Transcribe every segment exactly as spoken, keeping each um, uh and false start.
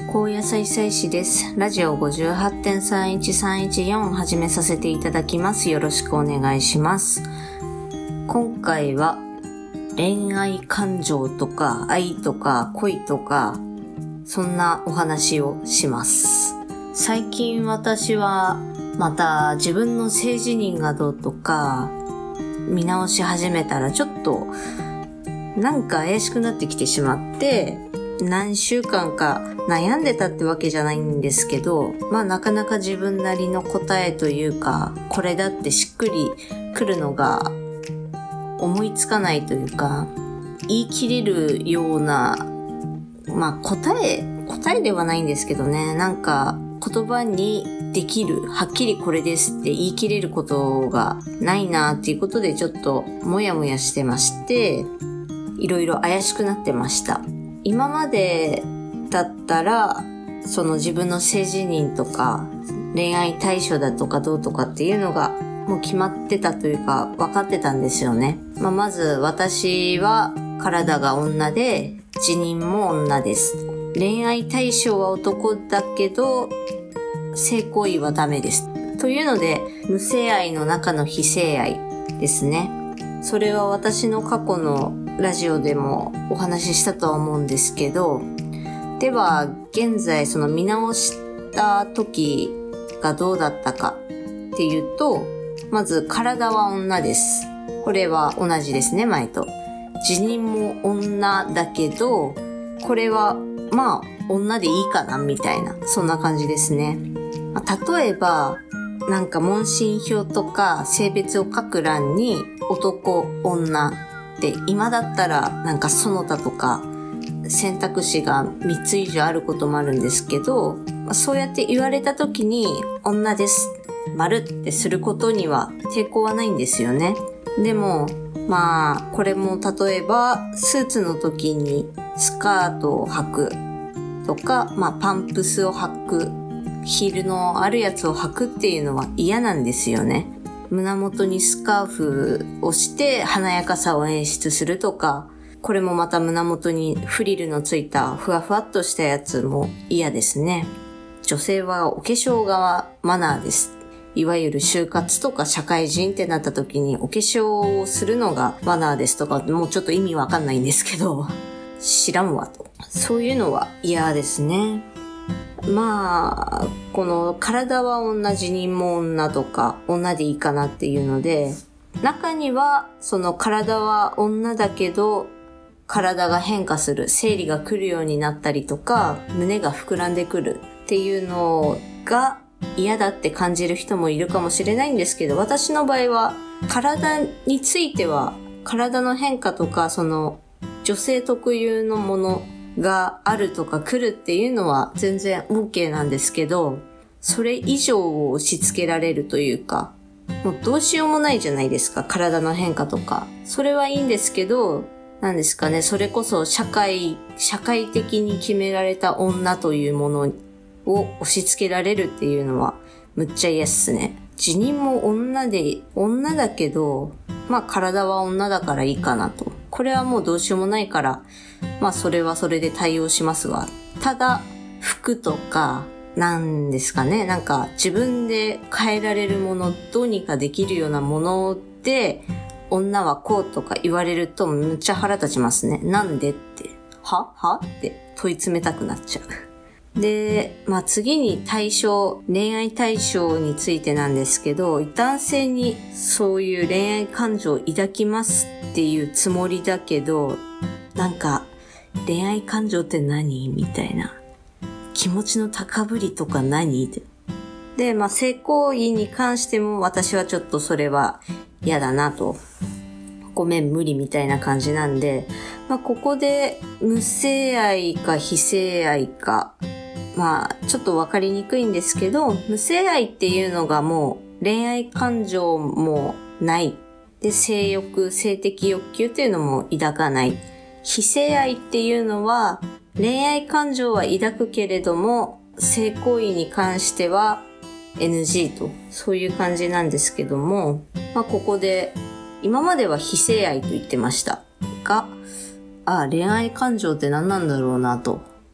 高野菜菜師です。ラジオ ごじゅうはちてんさんいちさんいちよん 始めさせていただきます。よろしくお願いします。今回は恋愛感情とか愛とか恋とかそんなお話をします。最近私はまた自分の性自認がどうとか見直し始めたらちょっとなんか怪しくなってきてしまって何週間か悩んでたってわけじゃないんですけど、まあなかなか自分なりの答えというかこれだってしっくりくるのが思いつかないというか言い切れるようなまあ答え答えではないんですけどね、なんか言葉にできるはっきりこれですって言い切れることがないなっていうことでちょっともやもやしてましていろいろ怪しくなってました。今までだったらその自分の性自認とか恋愛対象だとかどうとかっていうのがもう決まってたというか分かってたんですよね。まあ、まず私は体が女で自認も女です。恋愛対象は男だけど性行為はダメです。というので無性愛の中の非性愛ですね。それは私の過去のラジオでもお話ししたとは思うんですけど、では現在その見直した時がどうだったかっていうと、まず体は女です。これは同じですね、前と。自認も女だけど、これはまあ女でいいかなみたいな、そんな感じですね。例えばなんか問診票とか性別を書く欄に男、女で今だったらなんかその他とか選択肢がみっつ以上あることもあるんですけど、そうやって言われた時に女です丸ってすることには抵抗はないんですよね。でもまあこれも例えばスーツの時にスカートを履くとか、まあパンプスを履く、ヒールのあるやつを履くっていうのは嫌なんですよね。胸元にスカーフをして華やかさを演出するとか、これもまた胸元にフリルのついたふわふわっとしたやつも嫌ですね。女性はお化粧がマナーです。いわゆる就活とか社会人ってなった時にお化粧をするのがマナーですとか、もうちょっと意味わかんないんですけど、知らんわと。そういうのは嫌ですね。まあ、この体は女、自認も女とか女でいいかなっていうので、中にはその体は女だけど体が変化する、生理が来るようになったりとか胸が膨らんでくるっていうのが嫌だって感じる人もいるかもしれないんですけど、私の場合は体については体の変化とかその女性特有のものがあるとか来るっていうのは全然 OK なんですけど、それ以上を押し付けられるというか、もうどうしようもないじゃないですか、体の変化とか。それはいいんですけど、なんですかね、それこそ社会、社会的に決められた女というものを押し付けられるっていうのはむっちゃ嫌っすね。自認も女で、女だけど、まあ体は女だからいいかなと。これはもうどうしようもないから、まあそれはそれで対応しますわ。ただ、服とか、なんですかね、なんか自分で変えられるもの、どうにかできるようなもので、女はこうとか言われるとむっちゃ腹立ちますね。なんでって、ははって問い詰めたくなっちゃう。で、まあ次に対象、恋愛対象についてなんですけど、男性にそういう恋愛感情を抱きますっていうつもりだけど、なんか恋愛感情って何みたいな。気持ちの高ぶりとか何って。で、まあ性行為に関しても私はちょっとそれは嫌だなと。ごめん無理みたいな感じなんで、まあここで無性愛か非性愛か、まあちょっとわかりにくいんですけど、無性愛っていうのがもう恋愛感情もない。で、性欲、性的欲求っていうのも抱かない。非性愛っていうのは恋愛感情は抱くけれども性行為に関しては エヌジー と、そういう感じなんですけども、まあここで今までは非性愛と言ってましたが、ああ恋愛感情って何なんだろうなと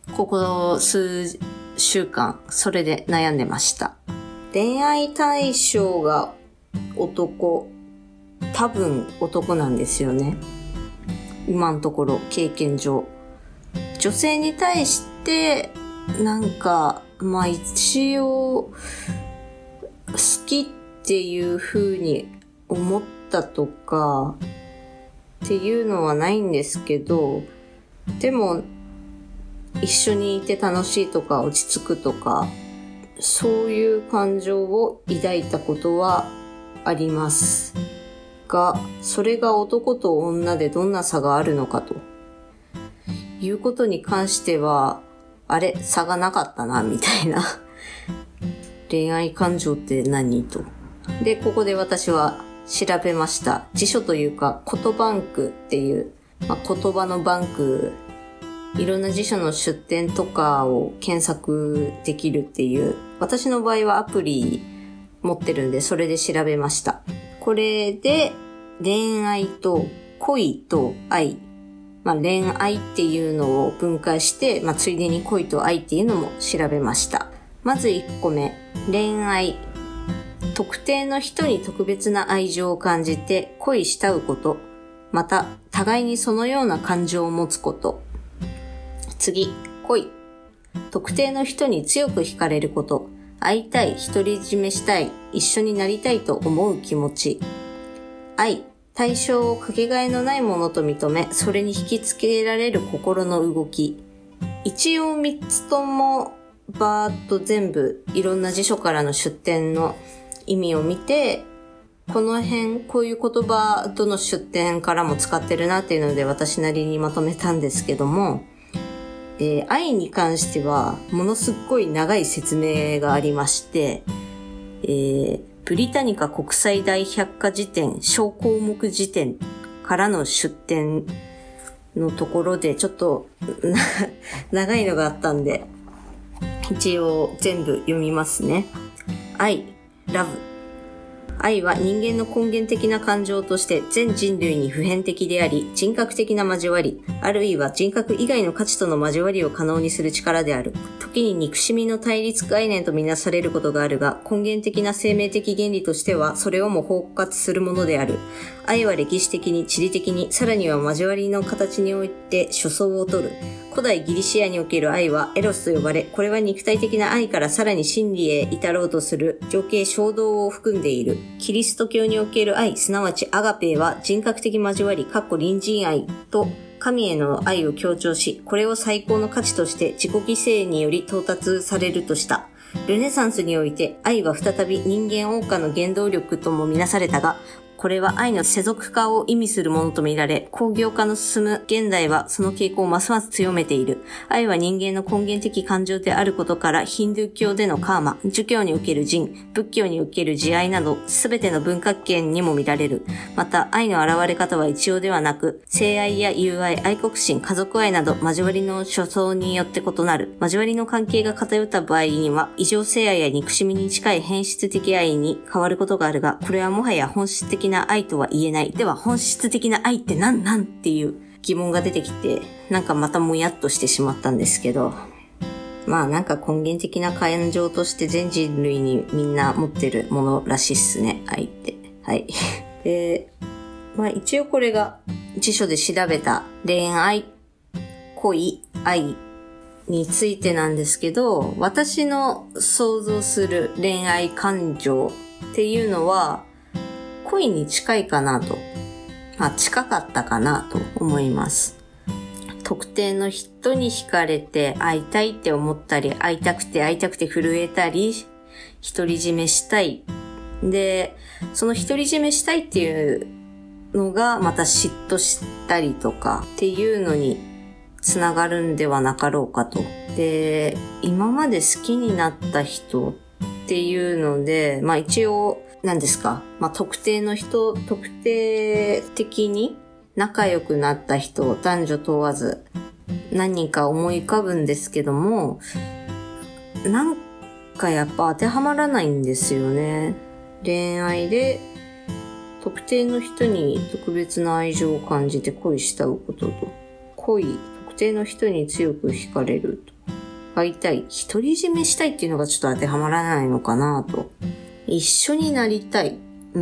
ここ数週間、それで悩んでました。恋愛対象が男、多分男なんですよね。今のところ経験上。女性に対して、なんか、まあ一応、好きっていう風に思ったとか、っていうのはないんですけど、でも、一緒にいて楽しいとか落ち着くとか、そういう感情を抱いたことはありますが、それが男と女でどんな差があるのかということに関しては、あれ、差がなかったなみたいな恋愛感情って何と。で、ここで私は調べました。辞書というか言バンクっていう、まあ、言葉のバンク、いろんな辞書の出典とかを検索できるっていう、私の場合はアプリ持ってるんでそれで調べました。これで恋愛と恋と愛、まあ、恋愛っていうのを分解して、まあ、ついでに恋と愛っていうのも調べました。まずいっこめ、恋愛。特定の人に特別な愛情を感じて恋したうこと、また互いにそのような感情を持つこと。次、恋。特定の人に強く惹かれること、会いたい、独り占めしたい、一緒になりたいと思う気持ち。愛。対象をかけがえのないものと認め、それに引きつけられる心の動き。一応みっつともバーッと全部いろんな辞書からの出典の意味を見て、この辺こういう言葉どの出典からも使ってるなっていうので私なりにまとめたんですけども、えー、愛に関してはものすっごい長い説明がありまして、えーブリタニカ国際大百科辞典小項目辞典からの出典のところでちょっと長いのがあったんで一応全部読みますね。愛、ラブ。愛は人間の根源的な感情として全人類に普遍的であり、人格的な交わり、あるいは人格以外の価値との交わりを可能にする力である。時に憎しみの対立概念とみなされることがあるが、根源的な生命的原理としてはそれをも包括するものである。愛は歴史的に、地理的に、さらには交わりの形において初相をとる。古代ギリシアにおける愛はエロスと呼ばれ、これは肉体的な愛からさらに真理へ至ろうとする情景衝動を含んでいる。キリスト教における愛、すなわちアガペーは人格的交わり、かっこ隣人愛と神への愛を強調し、これを最高の価値として自己犠牲により到達されるとした。ルネサンスにおいて愛は再び人間謳歌の原動力ともみなされたが、これは愛の世俗化を意味するものとみられ、工業化の進む現代はその傾向をますます強めている。愛は人間の根源的感情であることから、ヒンドゥー教でのカーマ、儒教における仁、仏教における慈愛など、すべての文化圏にも見られる。また、愛の現れ方は一様ではなく、性愛や友愛、愛国心、家族愛など、交わりの諸相によって異なる。交わりの関係が偏った場合には、異常性愛や憎しみに近い変質的愛に変わることがあるが、これはもはや本質的な愛とは言えない。では本質的な愛って何なんっていう疑問が出てきて、なんかまたもやっとしてしまったんですけど、まあなんか根源的な感情として全人類にみんな持ってるものらしいっすね、愛って。はい。で、まあ一応これが辞書で調べた恋愛、恋、愛についてなんですけど、私の想像する恋愛感情っていうのは恋に近いかなと。まあ近かったかなと思います。特定の人に惹かれて会いたいって思ったり、会いたくて会いたくて震えたり、独り占めしたい。で、その独り占めしたいっていうのがまた嫉妬したりとかっていうのにつながるんではなかろうかと。で、今まで好きになった人っていうので、まあ一応何ですか、まあ特定の人、特定的に仲良くなった人、男女問わず何人か思い浮かぶんですけども、なんかやっぱ当てはまらないんですよね。恋愛で特定の人に特別な愛情を感じて恋したうことと、恋、特定の人に強く惹かれると。 会いたい。独り占めしたいっていうのがちょっと当てはまらないのかなと。一緒になりたい。うん。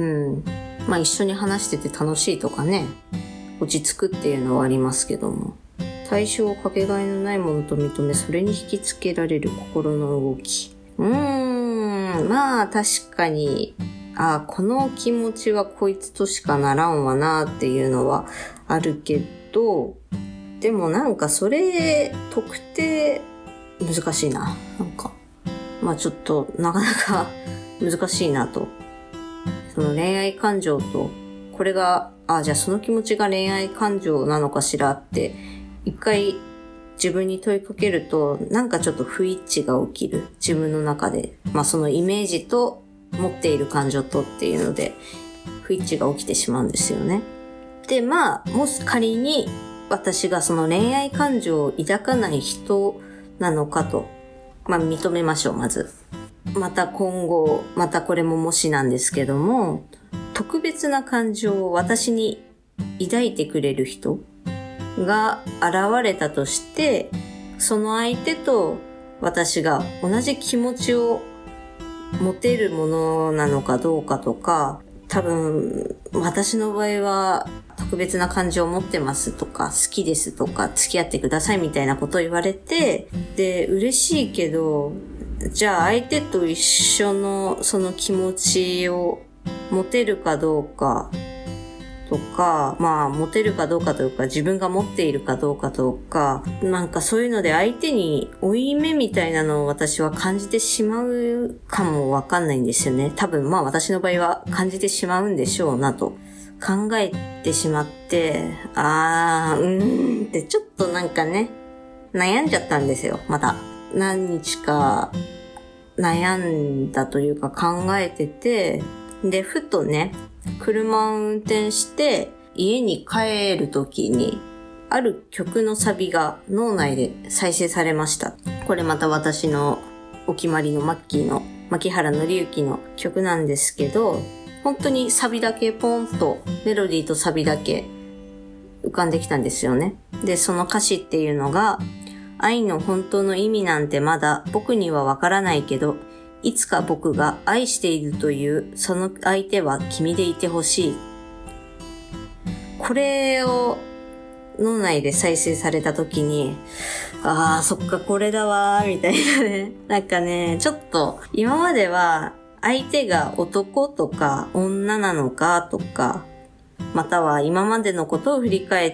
まあ一緒に話してて楽しいとかね。落ち着くっていうのはありますけども。対象をかけがえのないものと認め、それに引きつけられる心の動き。うーん。まあ確かに、あ、この気持ちはこいつとしかならんわなっていうのはあるけど、でもなんかそれ特定難しいな。なんか、まあちょっとなかなか難しいなと。その恋愛感情と、これが、あ、じゃあその気持ちが恋愛感情なのかしらって、一回自分に問いかけると、なんかちょっと不一致が起きる。自分の中で。まあそのイメージと持っている感情とっていうので、不一致が起きてしまうんですよね。で、まあ、もし仮に私がその恋愛感情を抱かない人なのかと、まあ認めましょう、まず。また今後、またこれももしなんですけども、特別な感情を私に抱いてくれる人が現れたとして、その相手と私が同じ気持ちを持てるものなのかどうかとか、多分私の場合は特別な感情を持ってますとか、好きですとか、付き合ってくださいみたいなことを言われて、で、嬉しいけど、じゃあ相手と一緒のその気持ちを持てるかどうかとか、まあ持てるかどうかというか、自分が持っているかどうかとか、なんかそういうので相手に負い目みたいなのを私は感じてしまうかもわかんないんですよね。多分まあ私の場合は感じてしまうんでしょうなと考えてしまって、あー、うーんってちょっとなんかね、悩んじゃったんですよ、また。何日か悩んだというか考えてて、で、ふとね、車を運転して家に帰るときに、ある曲のサビが脳内で再生されました。これまた私のお決まりのマッキーの、牧原紀之の曲なんですけど、本当にサビだけポンと、メロディーとサビだけ浮かんできたんですよね。で、その歌詞っていうのが、愛の本当の意味なんてまだ僕にはわからないけど、いつか僕が愛しているというその相手は君でいてほしい。これを脳内で再生された時に、ああ、そっかこれだわーみたいなね。なんかね、ちょっと今までは相手が男とか女なのかとか、または今までのことを振り返って、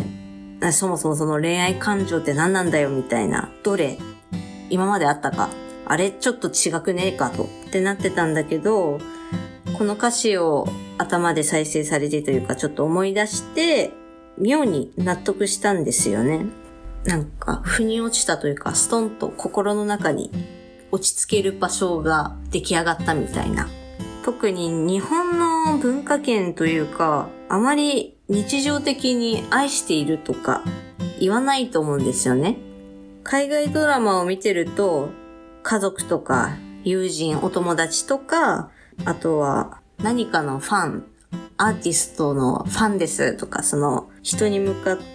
そもそもその恋愛感情って何なんだよみたいな、どれ今まであったか、あれちょっと違くねえかとってなってたんだけど、この歌詞を頭で再生されてというかちょっと思い出して妙に納得したんですよね。なんか腑に落ちたというか、ストンと心の中に落ち着ける場所が出来上がったみたいな。特に日本の文化圏というか、あまり日常的に愛しているとか言わないと思うんですよね。海外ドラマを見てると、家族とか友人、お友達とか、あとは何かのファン、アーティストのファンですとか、その人に向かって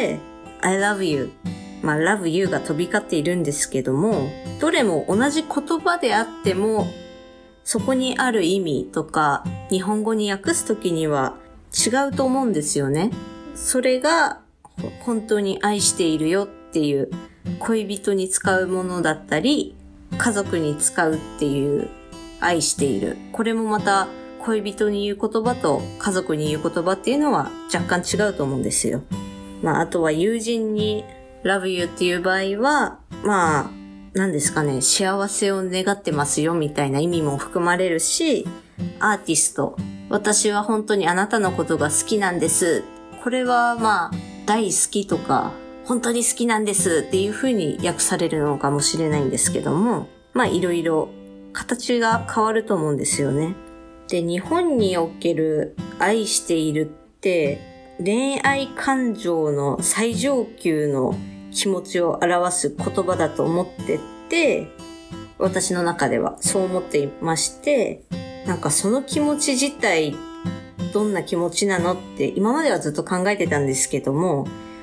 I love you、まあ love you が飛び交っているんですけども、どれも同じ言葉であっても、そこにある意味とか日本語に訳すときには違うと思うんですよね。それが本当に愛しているよっていう恋人に使うものだったり、家族に使うっていう愛している。これもまた恋人に言う言葉と家族に言う言葉っていうのは若干違うと思うんですよ。まああとは友人に love you っていう場合は、まあ何ですかね、幸せを願ってますよみたいな意味も含まれるし、アーティスト、私は本当にあなたのことが好きなんです。これはまあ大好きとか本当に好きなんですっていう風に訳されるのかもしれないんですけども、まあいろいろ形が変わると思うんですよね。で、日本における愛しているって恋愛感情の最上級の気持ちを表す言葉だと思ってて、私の中ではそう思っていまして、なんかその気持ち自体どんな気持ちなのって今まではずっと考えてたんですけども、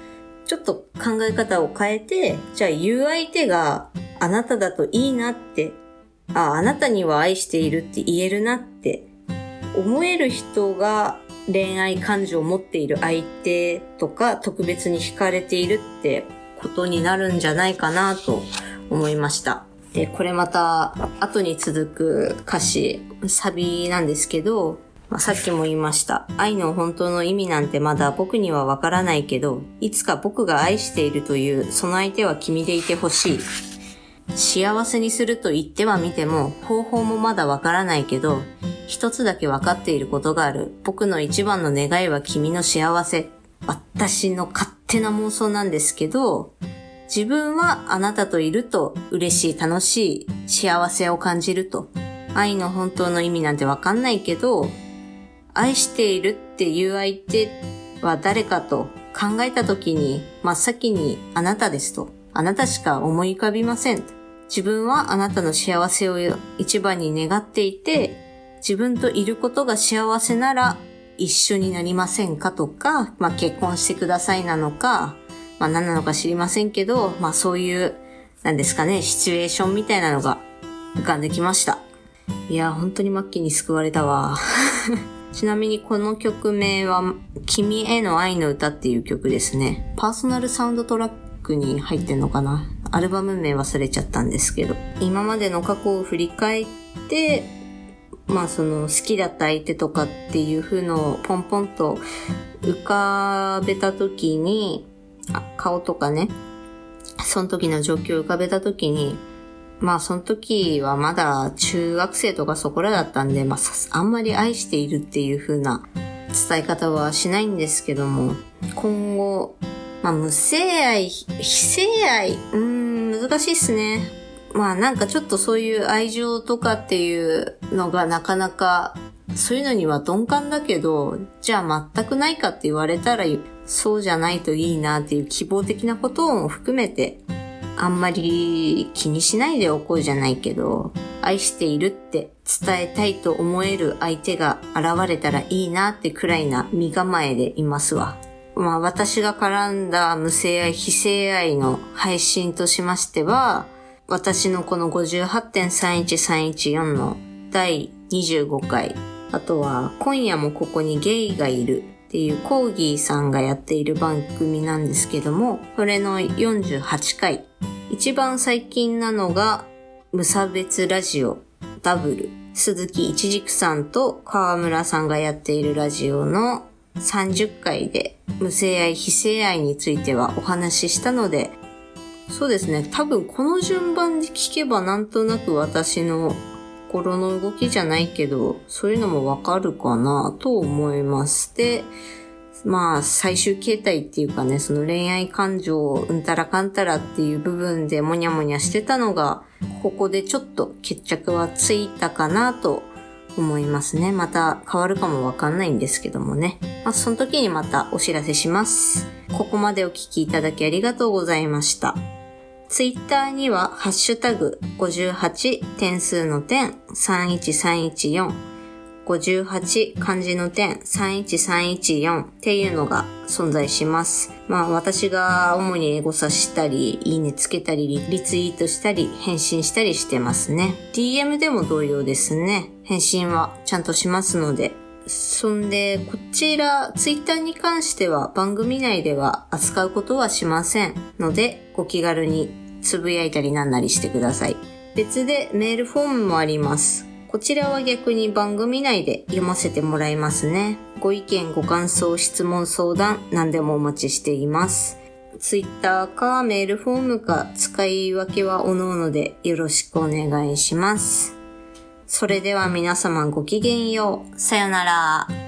ちょっと考え方を変えて、じゃあ言う相手があなただといいなって、あ、あなたには愛しているって言えるなって思える人が恋愛感情を持っている相手とか特別に惹かれているってことになるんじゃないかなと思いました。で、これまた後に続く歌詞、サビなんですけど、まあ、さっきも言いました。愛の本当の意味なんてまだ僕にはわからないけど、いつか僕が愛しているというその相手は君でいてほしい。幸せにすると言ってはみても方法もまだわからないけど、一つだけわかっていることがある。僕の一番の願いは君の幸せ。私の勝手な妄想なんですけど、自分はあなたといると嬉しい、楽しい、幸せを感じると。愛の本当の意味なんてわかんないけど、愛しているっていう相手は誰かと考えたときに、真っ先にあなたですと。あなたしか思い浮かびません。自分はあなたの幸せを一番に願っていて、自分といることが幸せなら一緒になりませんかとか、まあ結婚してくださいなのか、まあ何なのか知りませんけど、まあそういう、なんですかね、シチュエーションみたいなのが浮かんできました。いや、本当に末期に救われたわ。ちなみにこの曲名は、君への愛の歌っていう曲ですね。パーソナルサウンドトラックに入ってんのかな？アルバム名忘れちゃったんですけど。今までの過去を振り返って、まあその好きだった相手とかっていう風のをポンポンと浮かべたときに、あ、顔とかね、その時の状況を浮かべたときに、まあその時はまだ中学生とかそこらだったんで、まああんまり愛しているっていう風な伝え方はしないんですけども、今後、まあ無性愛、非性愛、うーん、難しいっすね。まあなんかちょっとそういう愛情とかっていうのがなかなか、そういうのには鈍感だけど、じゃあ全くないかって言われたら、そうじゃないといいなっていう希望的なことも含めて、あんまり気にしないでおこうじゃないけど、愛しているって伝えたいと思える相手が現れたらいいなってくらいな身構えでいますわ。まあ私が絡んだ無性愛、非性愛の配信としましては、私のこの ごじゅうはちてんさんいちさんいちよん のだいにじゅうごかい、あとは今夜もここにゲイがいるっていうコーギーさんがやっている番組なんですけども、それのよんじゅうはちかい、一番最近なのが無差別ラジオダブル、鈴木一軸さんと川村さんがやっているラジオのさんじゅっかいで無性愛非性愛についてはお話ししたので、そうですね、多分この順番で聞けばなんとなく私の心の動きじゃないけど、そういうのもわかるかなと思います。で、まあ最終形態っていうかね、その恋愛感情をうんたらかんたらっていう部分でもにゃもにゃしてたのが、ここでちょっと決着はついたかなと思いますね。また変わるかもわかんないんですけどもね。まあその時にまたお知らせします。ここまでお聞きいただきありがとうございました。ツイッターにはハッシュタグごじゅうはち点数の点さんいちさんいちよん、ごじゅうはち漢字の点さんいちさんいちよんっていうのが存在します。まあ私が主にエゴサしたり、いいねつけたり、リツイートしたり、返信したりしてますね。ディーエム でも同様ですね。返信はちゃんとしますので。そんで、こちら、ツイッターに関しては番組内では扱うことはしませんので、ご気軽につぶやいたりなんなりしてください。別でメールフォームもあります。こちらは逆に番組内で読ませてもらいますね。ご意見、ご感想、質問、相談、何でもお待ちしています。ツイッターかメールフォームか使い分けはおのおのでよろしくお願いします。それでは皆様ごきげんよう。さよなら。